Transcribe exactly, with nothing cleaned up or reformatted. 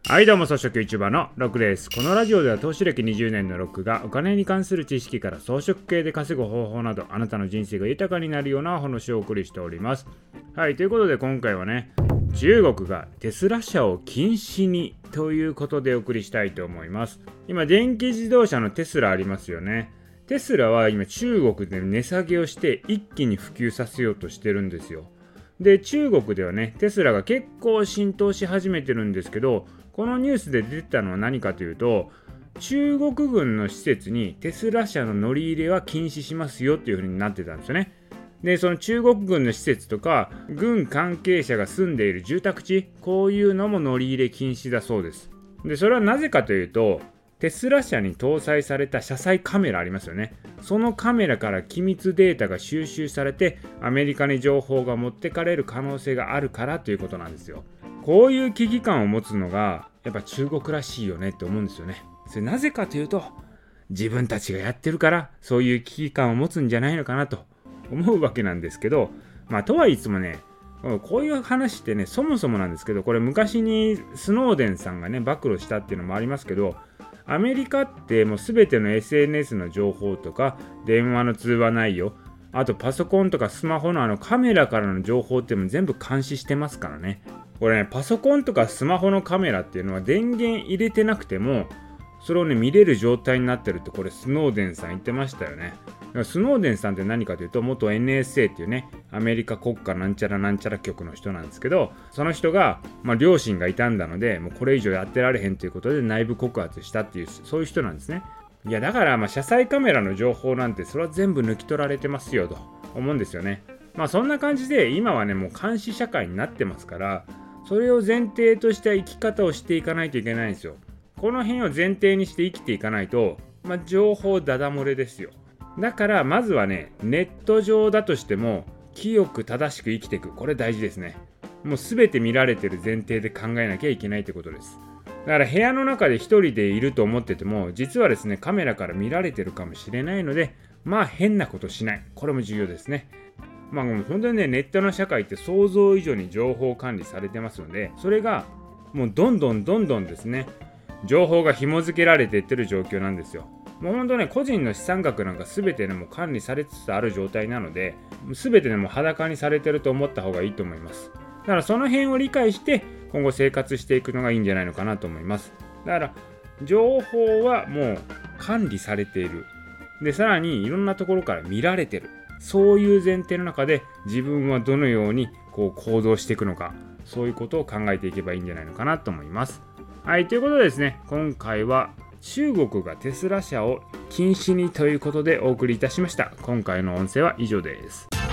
はいどうも、草食 YouTuber のロックです。このラジオでは投資歴にじゅうねんのロックがお金に関する知識から装飾系で稼ぐ方法など、あなたの人生が豊かになるようなお話をお送りしております。はい、ということで今回はね、中国がテスラ車を禁止にということでお送りしたいと思います。今、電気自動車のテスラありますよね。テスラは今中国で値下げをして一気に普及させようとしてるんですよ。で、中国ではね、テスラが結構浸透し始めてるんですけど、このニュースで出てたのは何かというと、中国軍の施設にテスラ車の乗り入れは禁止しますよっていう風になってたんですよね。で、その中国軍の施設とか、軍関係者が住んでいる住宅地、こういうのも乗り入れ禁止だそうです。で、それはなぜかというと、テスラ車に搭載された車載カメラありますよね。そのカメラから機密データが収集されて、アメリカに情報が持ってかれる可能性があるからということなんですよ。こういう危機感を持つのがやっぱ中国らしいよねって思うんですよね。それなぜかというと、自分たちがやってるからそういう危機感を持つんじゃないのかなと思うわけなんですけど、まあとはいつもね、こういう話ってね、そもそもなんですけど、これ昔にスノーデンさんがね暴露したっていうのもありますけど、アメリカってもう全ての エスエヌエス の情報とか電話の通話内容、あとパソコンとかスマホのあのカメラからの情報っていうのも全部監視してますからね。これね、パソコンとかスマホのカメラっていうのは電源入れてなくてもそれをね見れる状態になってるって、これスノーデンさん言ってましたよね。スノーデンさんって何かというと、元 エヌエスエー っていうね、アメリカ国家なんちゃらなんちゃら局の人なんですけど、その人が、まあ、両親が傷んだので、もうこれ以上やってられへんということで内部告発したっていう、そういう人なんですね。いやだから、まあ車載カメラの情報なんてそれは全部抜き取られてますよと思うんですよね。まあそんな感じで今はね、もう監視社会になってますから、それを前提とした生き方をしていかないといけないんですよ。この辺を前提にして生きていかないと、まあ、情報ダダ漏れですよ。だからまずはね、ネット上だとしても清く正しく生きていく、これ大事ですね。もう全て見られてる前提で考えなきゃいけないってことです。だから部屋の中で一人でいると思ってても、実はですねカメラから見られてるかもしれないので、まあ変なことしない、これも重要ですね。まあもう本当にね、ネットの社会って想像以上に情報管理されてますので、それがもうどんどんどんどんですね、情報が紐付けられていってる状況なんですよ。もう本当ね、個人の資産額なんか全てねもう管理されつつある状態なので、全てねもう裸にされてると思った方がいいと思います。だからその辺を理解して今後生活していくのがいいんじゃないのかなと思います。だから情報はもう管理されている。で、さらにいろんなところから見られてる。そういう前提の中で自分はどのようにこう行動していくのか、そういうことを考えていけばいいんじゃないのかなと思います。はい、ということでですね、今回は中国がテスラ車を禁止にということでお送りいたしました。今回の音声は以上です。